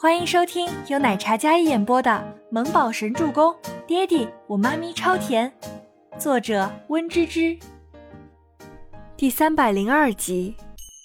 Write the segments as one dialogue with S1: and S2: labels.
S1: 欢迎收听由奶茶嘉一演播的《萌宝神助攻》，爹地我妈咪超甜，作者温芝芝。第302集。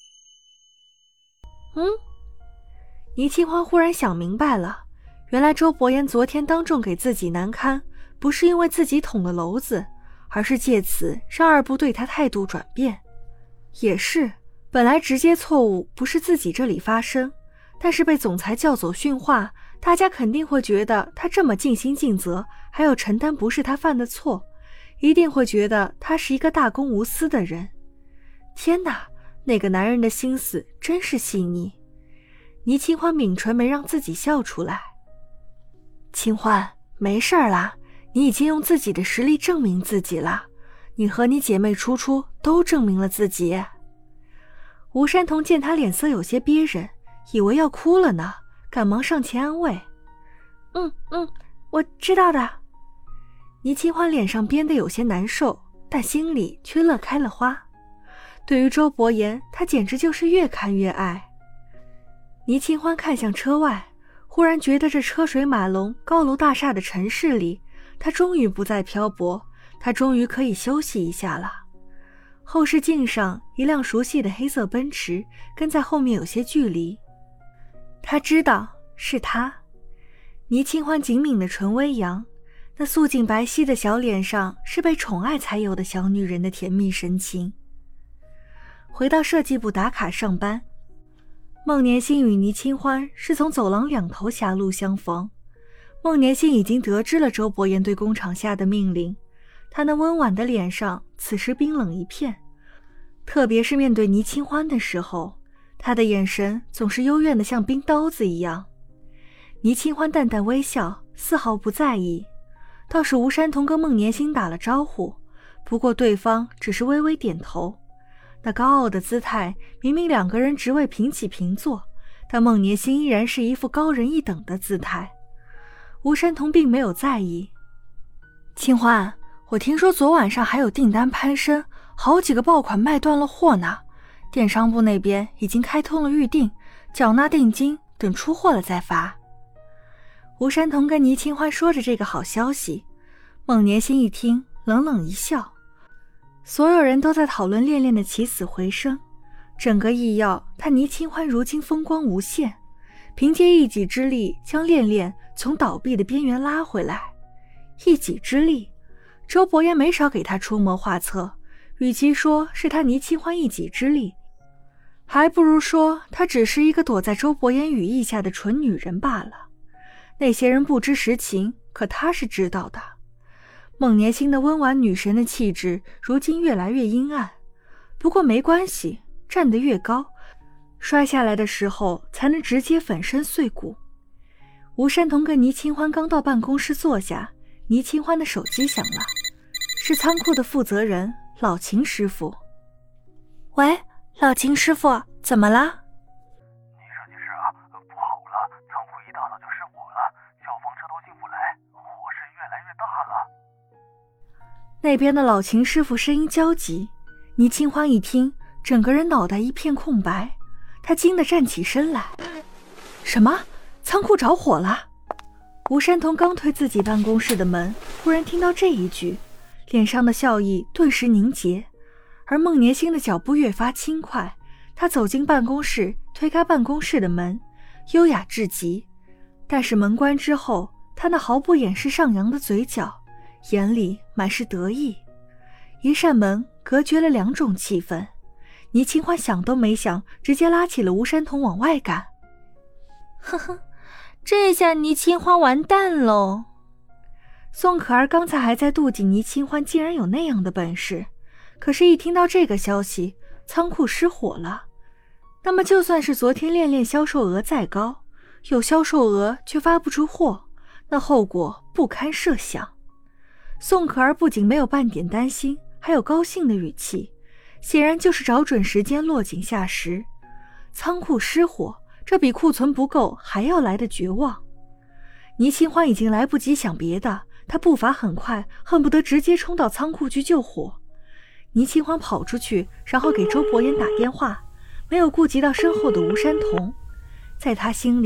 S1: 倪清欢忽然想明白了，原来周伯言昨天当众给自己难堪，不是因为自己捅了娄子，而是借此让二部对他态度转变。也是，本来直接错误不是自己这里发生，但是被总裁叫走训话，大家肯定会觉得他这么尽心尽责，还要承担不是他犯的错，一定会觉得他是一个大公无私的人。天哪，那个男人的心思真是细腻。倪清欢抿唇没让自己笑出来。清欢，没事儿啦，你已经用自己的实力证明自己了，你和你姐妹初初都证明了自己。吴山童见他脸色有些憋人，以为要哭了呢，赶忙上前安慰。我知道的。倪清欢脸上憋得有些难受，但心里却乐开了花。对于周伯言，他简直就是越看越爱。倪清欢看向车外，忽然觉得这车水马龙、高楼大厦的城市里，他终于不再漂泊，他终于可以休息一下了。后视镜上一辆熟悉的黑色奔驰跟在后面有些距离，他知道是他。倪清欢紧抿的唇微扬，那素净白皙的小脸上是被宠爱才有的小女人的甜蜜神情。回到设计部打卡上班，孟年星与倪清欢是从走廊两头狭路相逢。孟年星已经得知了周伯言对工厂下的命令，他那温婉的脸上此时冰冷一片，特别是面对倪清欢的时候，他的眼神总是幽怨的像冰刀子一样。倪清欢淡淡微笑，丝毫不在意。倒是吴山童跟孟年星打了招呼，不过对方只是微微点头。那高傲的姿态，明明两个人职位平起平坐，但孟年星依然是一副高人一等的姿态。吴山童并没有在意。清欢，我听说昨晚上还有订单攀升，好几个爆款卖断了货呢，电商部那边已经开通了预订，缴纳定金，等出货了再发。吴山童跟倪清欢说着这个好消息，孟年星一听冷冷一笑。所有人都在讨论恋恋的起死回生，整个艺药他倪清欢如今风光无限，凭借一己之力将恋恋从倒闭的边缘拉回来。一己之力，周伯言没少给他出谋划策，与其说是他倪清欢一己之力，还不如说他只是一个躲在周伯言羽翼下的蠢女人罢了。那些人不知实情，可他是知道的。孟年星的温婉女神的气质如今越来越阴暗，不过没关系，站得越高，摔下来的时候才能直接粉身碎骨。吴山童跟倪清欢刚到办公室坐下，倪清欢的手机响了，是仓库的负责人老秦师傅。喂，老秦师傅，怎么了？
S2: 倪设计师啊，不好了，仓库一大早就失火了，消防车都进不来，火势越来越大了。
S1: 那边的老秦师傅声音焦急，倪清欢一听，整个人脑袋一片空白，他惊得站起身来。什么？仓库着火了？吴山童刚推自己办公室的门，忽然听到这一句，脸上的笑意顿时凝结，而孟年星的脚步越发轻快，他走进办公室，推开办公室的门，优雅至极。但是门关之后，他那毫不掩饰上扬的嘴角，眼里满是得意。一扇门隔绝了两种气氛，倪清欢想都没想，直接拉起了吴山童往外赶。呵呵，这下倪清欢完蛋喽。宋可儿刚才还在妒忌倪清欢竟然有那样的本事，可是一听到这个消息，仓库失火了，那么就算是昨天恋恋销售额再高，有销售额却发不出货，那后果不堪设想。宋可儿不仅没有半点担心，还有高兴的语气，显然就是找准时间落井下石。仓库失火，这比库存不够还要来的绝望。倪清欢已经来不及想别的，他步伐很快，恨不得直接冲到仓库去救火。倪清欢跑出去，然后给周伯言打电话，没有顾及到身后的吴山童。在他心里，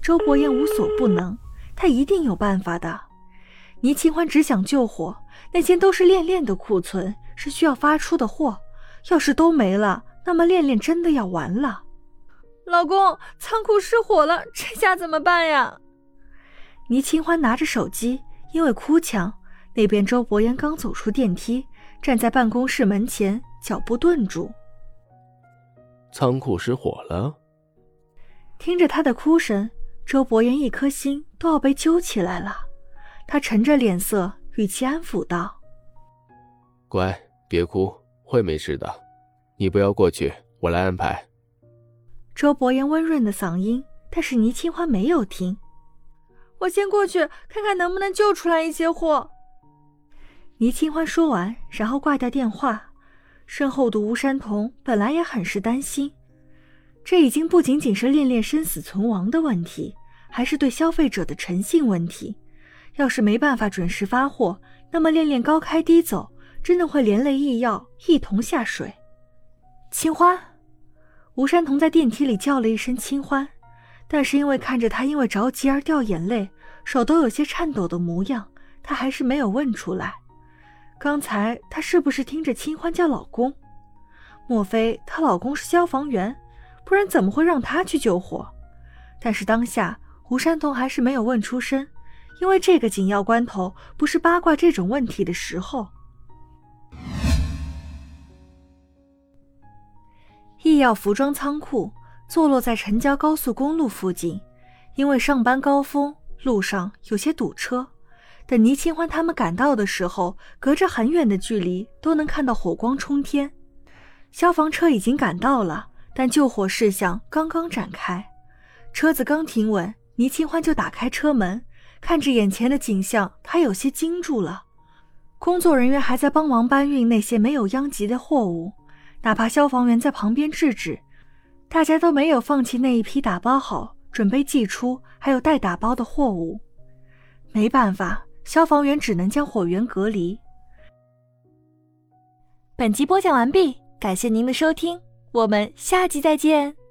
S1: 周伯言无所不能，他一定有办法的。倪清欢只想救火，那些都是恋恋的库存，是需要发出的货，要是都没了，那么恋恋真的要完了。
S3: 老公，仓库失火了，这下怎么办呀？
S1: 倪清欢拿着手机，因为哭腔，那边周伯言刚走出电梯，站在办公室门前，脚步顿住。
S4: 仓库失火了？
S1: 听着他的哭声，周伯言一颗心都要被揪起来了。他沉着脸色，语气安抚道：
S4: 乖，别哭，会没事的，你不要过去，我来安排。
S1: 周伯言温润的嗓音，但是倪清欢没有听。
S3: 我先过去看看能不能救出来一些货。
S1: 倪清欢说完，然后挂掉电话。身后的吴山童本来也很是担心，这已经不仅仅是恋恋生死存亡的问题，还是对消费者的诚信问题。要是没办法准时发货，那么恋恋高开低走，真的会连累医药一同下水。清欢，吴山童在电梯里叫了一声清欢，但是因为看着他因为着急而掉眼泪，手都有些颤抖的模样，他还是没有问出来。刚才他是不是听着清欢叫老公？莫非她老公是消防员？不然怎么会让她去救火？但是当下吴山童还是没有问出声，因为这个紧要关头不是八卦这种问题的时候。医药服装仓库坐落在城郊高速公路附近，因为上班高峰，路上有些堵车。等倪清欢他们赶到的时候，隔着很远的距离都能看到火光冲天。消防车已经赶到了，但救火事项刚刚展开。车子刚停稳，倪清欢就打开车门，看着眼前的景象，他有些惊住了。工作人员还在帮忙搬运那些没有殃及的货物，哪怕消防员在旁边制止，大家都没有放弃那一批打包好准备寄出还有待打包的货物。没办法，消防员只能将火源隔离。
S3: 本集播讲完毕，感谢您的收听，我们下集再见。